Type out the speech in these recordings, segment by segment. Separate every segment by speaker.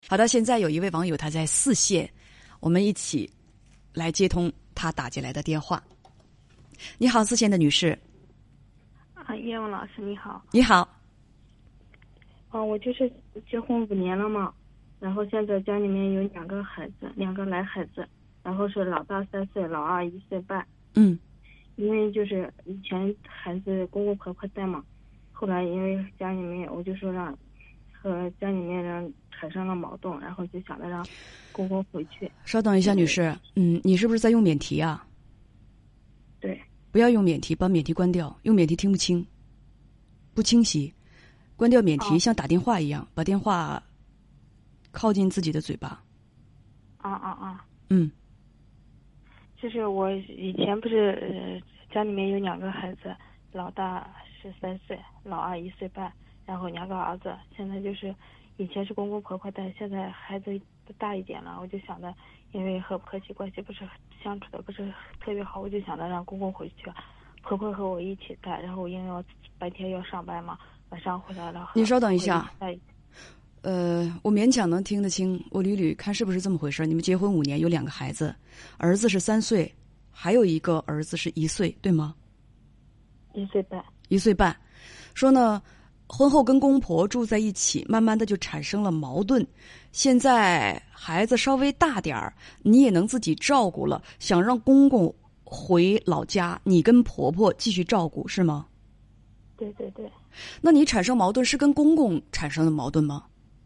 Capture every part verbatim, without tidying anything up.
Speaker 1: 好的，现在有一位网友他在四线，我们一起来接通他打进来的电话。你好，四线的女士。
Speaker 2: 啊，叶文老师你好。
Speaker 1: 你好。
Speaker 2: 啊，我就是结婚五年了嘛，然后现在家里面有两个孩子，两个来孩子，然后是老大三岁，老二一岁半。
Speaker 1: 嗯。
Speaker 2: 因为就是以前孩子公公婆婆带嘛，后来因为家里面我就说让和家里面人产生了矛盾，然后就想着让公公回去。
Speaker 1: 稍等一下，女士，嗯，你是不是在用免提啊？
Speaker 2: 对。
Speaker 1: 不要用免提，把免提关掉，用免提听不清，不清晰。关掉免提，
Speaker 2: 哦、
Speaker 1: 像打电话一样，把电话靠近自己的嘴巴。
Speaker 2: 啊啊啊！
Speaker 1: 嗯。
Speaker 2: 就是我以前不是呃家里面有两个孩子，老大十三岁，老二一岁半，然后两个儿子。现在就是以前是公公婆婆带，现在孩子大一点了，我就想着，因为和婆媳关系不是相处的不是特别好，我就想着让公公回去，婆婆和我一起带。然后因为我白天要上班嘛，晚上回来了。
Speaker 1: 你稍等一下。呃，我勉强能听得清，我捋捋看是不是这么回事。你们结婚五年，有两个孩子，儿子是三岁，还有一个儿子是一岁，对吗？
Speaker 2: 一岁半。
Speaker 1: 一岁半。说呢，婚后跟公婆住在一起，慢慢的就产生了矛盾。现在孩子稍微大点儿，你也能自己照顾了，想让公公回老家，你跟婆婆继续照顾，是吗？
Speaker 2: 对对对。
Speaker 1: 那你产生矛盾是跟公公产生的矛盾吗？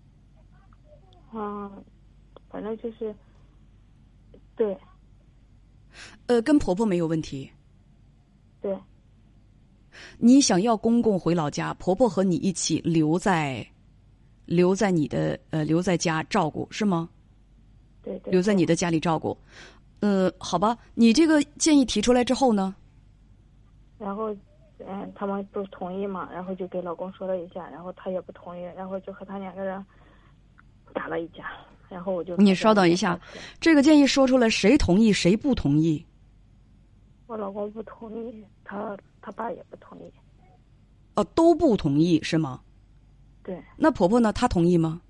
Speaker 2: 嗯，反正就是，对。
Speaker 1: 呃，跟婆婆没有问题。
Speaker 2: 对。
Speaker 1: 你想要公公回老家，婆婆和你一起留在，留在你的呃留在家照顾，是吗？
Speaker 2: 对 对, 对。
Speaker 1: 留在你的家里照顾。呃，好吧，你这个建议提出来之后呢？
Speaker 2: 然后，嗯，他们不同意嘛，然后就给老公说了一下，然后他也不同意，然后就和他两个人打了一架，然后我就。
Speaker 1: 你稍等一下，这个建议说出来，谁同意谁不同意？
Speaker 2: 我老公不同意，他他爸也不同意。
Speaker 1: 哦，都不同意是吗？
Speaker 2: 对。
Speaker 1: 那婆婆呢？她同意吗？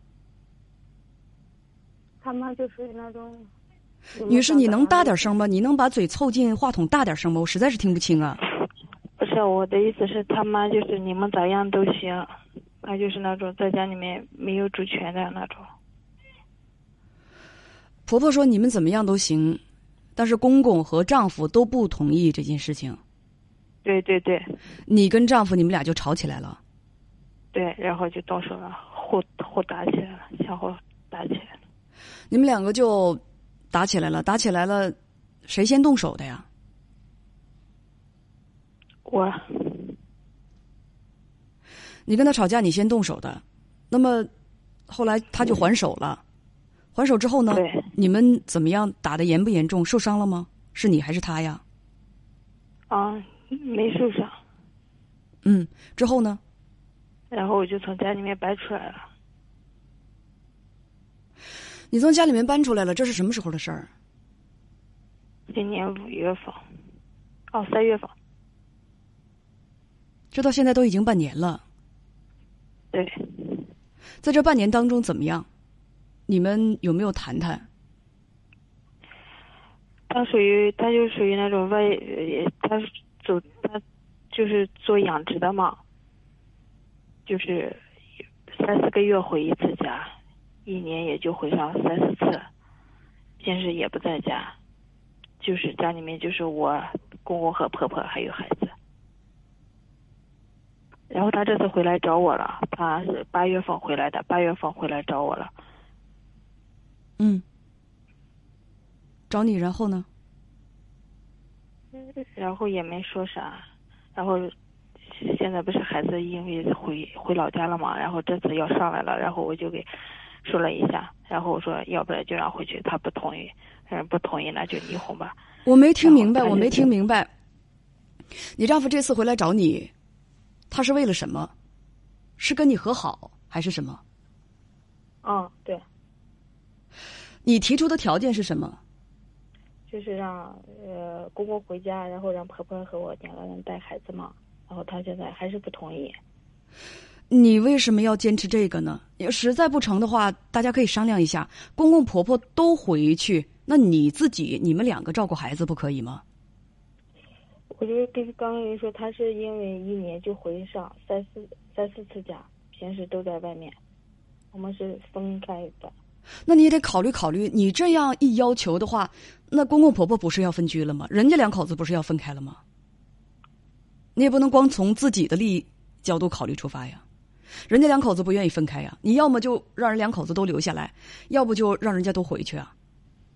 Speaker 2: 他妈就属于那种。
Speaker 1: 女士，你能大点声吗？你能把嘴凑近话筒大点声吗？我实在是听不清啊。
Speaker 2: 不是，我的意思是他妈就是你们咋样都行，她就是那种在家里面没有主权的那种。
Speaker 1: 婆婆说你们怎么样都行，但是公公和丈夫都不同意这件事情。
Speaker 2: 对对对。
Speaker 1: 你跟丈夫你们俩就吵起来了。
Speaker 2: 对，然后就动手了，互互打起来了，相互打起来了。
Speaker 1: 你们两个就打起来了，打起来了，谁先动手的呀？
Speaker 2: 我。
Speaker 1: 你跟他吵架，你先动手的，那么后来他就还手了。还手之后呢？
Speaker 2: 对。
Speaker 1: 你们怎么样？打得严不严重？受伤了吗？是你还是他呀？
Speaker 2: 啊，没受伤。
Speaker 1: 嗯，之后呢？
Speaker 2: 然后我就从家里面搬出来了。
Speaker 1: 你从家里面搬出来了，这是什么时候的事儿？
Speaker 2: 今年五月份。哦，三月份。
Speaker 1: 这到现在都已经半年了。
Speaker 2: 对。
Speaker 1: 在这半年当中怎么样？你们有没有谈谈？
Speaker 2: 他属于，他就属于那种外，他走，他就是做养殖的嘛，就是三四个月回一次家，一年也就回上三四次，平时也不在家，就是家里面就是我公公和婆婆还有孩子。然后他这次回来找我了，他是八月份回来的，八月份回来找我了。
Speaker 1: 嗯，找你，然后呢？
Speaker 2: 然后也没说啥，然后现在不是孩子因为回回老家了嘛，然后这次要上来了，然后我就给说了一下，然后我说要不然就让回去，他不同意，嗯，不同意那就离婚吧。
Speaker 1: 我没听明白，我没听明白。你丈夫这次回来找你，他是为了什么？是跟你和好还是什么？
Speaker 2: 嗯，对。
Speaker 1: 你提出的条件是什么？
Speaker 2: 就是让呃公公回家，然后让婆婆和我两个人带孩子嘛。然后他现在还是不同意。
Speaker 1: 你为什么要坚持这个呢？实在不成的话，大家可以商量一下，公公婆婆都回去，那你自己你们两个照顾孩子不可以吗？
Speaker 2: 我就跟刚刚跟你说，他是因为一年就回上三四三四次家，平时都在外面，我们是分开的。
Speaker 1: 那你也得考虑考虑，你这样一要求的话，那公公婆婆不是要分居了吗？人家两口子不是要分开了吗？你也不能光从自己的利益角度考虑出发呀。人家两口子不愿意分开呀，你要么就让人两口子都留下来，要不就让人家都回去啊。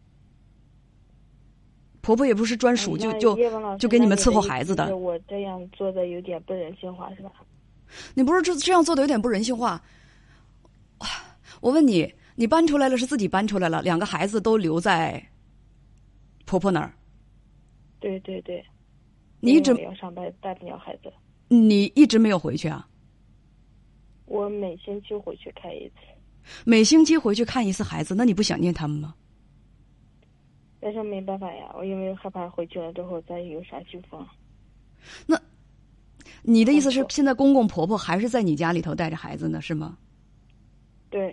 Speaker 1: 婆婆也不是专属就就就给你们伺候孩子的。
Speaker 2: 我这样做的有点不人性化，是吧？
Speaker 1: 你不是这这样做的有点不人性化？我问你，你搬出来了是自己搬出来了，两个孩子都留在婆婆那儿？
Speaker 2: 对对对。
Speaker 1: 你一直
Speaker 2: 要上班带不了孩子。
Speaker 1: 你一直没有回去啊？
Speaker 2: 我每星期回去看一次。
Speaker 1: 每星期回去看一次孩子，那你不想念他们吗？
Speaker 2: 但是没办法呀，我因为害怕回去了之后再有啥纠纷。
Speaker 1: 那你的意思是，现在公公婆婆还是在你家里头带着孩子呢，是吗？
Speaker 2: 对。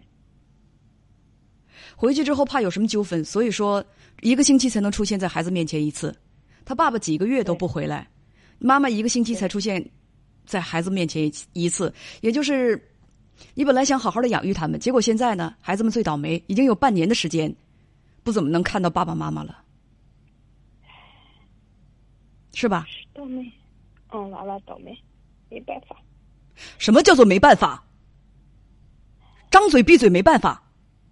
Speaker 1: 回去之后怕有什么纠纷，所以说一个星期才能出现在孩子面前一次。他爸爸几个月都不回来，妈妈一个星期才出现在孩子面前一次，也就是你本来想好好的养育他们，结果现在呢，孩子们最倒霉，已经有半年的时间不怎么能看到爸爸妈妈了，是吧？
Speaker 2: 倒霉，嗯，娃娃倒霉，没办法。
Speaker 1: 什么叫做没办法？张嘴闭嘴没办法？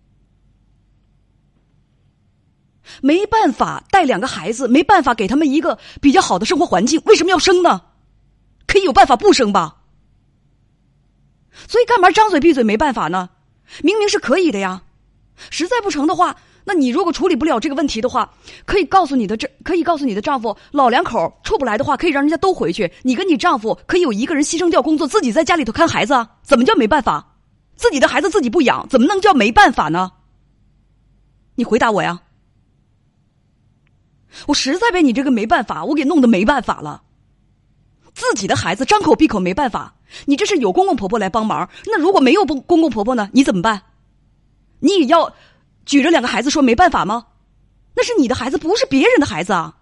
Speaker 1: 没办法带两个孩子，没办法给他们一个比较好的生活环境，为什么要生呢？可以有办法不生吧？所以干嘛张嘴闭嘴没办法呢？明明是可以的呀。实在不成的话，那你如果处理不了这个问题的话，可以告诉你的这可以告诉你的丈夫，老两口处不来的话，可以让人家都回去，你跟你丈夫可以有一个人牺牲掉工作，自己在家里头看孩子啊。怎么叫没办法？自己的孩子自己不养，怎么能叫没办法呢？你回答我呀。我实在被你这个没办法我给弄得没办法了。自己的孩子张口闭口没办法，你这是有公公婆婆来帮忙，那如果没有公公婆婆呢，你怎么办？你也要举着两个孩子说没办法吗？那是你的孩子，不是别人的孩子啊。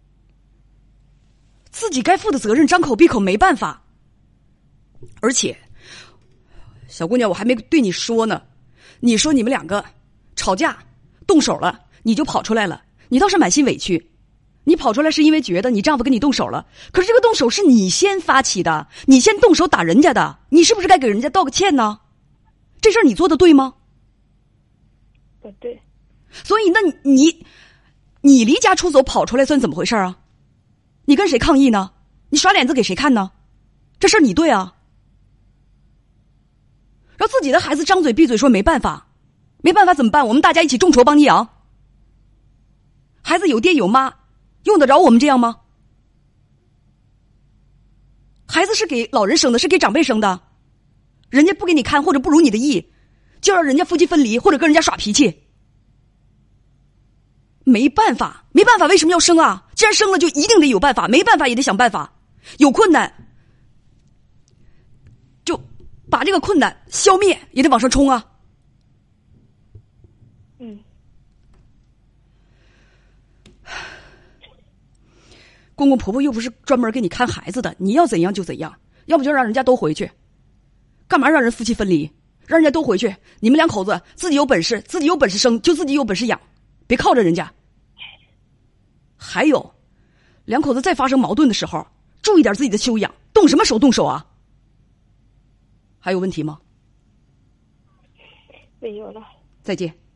Speaker 1: 自己该负的责任张口闭口没办法。而且小姑娘，我还没对你说呢，你说你们两个吵架动手了，你就跑出来了，你倒是满心委屈。你跑出来是因为觉得你丈夫跟你动手了，可是这个动手是你先发起的，你先动手打人家的，你是不是该给人家道个歉呢？这事儿你做的对吗？
Speaker 2: 不对。
Speaker 1: 所以那你你离家出走跑出来算怎么回事啊？你跟谁抗议呢？你耍脸子给谁看呢？这事儿你对啊。让自己的孩子张嘴闭嘴说没办法，没办法怎么办？我们大家一起众筹帮你养。孩子有爹有妈，用得着我们这样吗？孩子是给老人生的，是给长辈生的，人家不给你看或者不如你的意，就让人家夫妻分离或者跟人家耍脾气。没办法，没办法为什么要生啊？既然生了就一定得有办法，没办法也得想办法，有困难就把这个困难消灭，也得往上冲啊。
Speaker 2: 嗯。
Speaker 1: 公公婆婆又不是专门给你看孩子的，你要怎样就怎样，要不就让人家都回去。干嘛让人夫妻分离？让人家都回去，你们两口子自己有本事，自己有本事生就自己有本事养，别靠着人家。还有，两口子再发生矛盾的时候，注意点自己的修养，动什么手动手啊？还有问题吗？
Speaker 2: 没有了。
Speaker 1: 再见。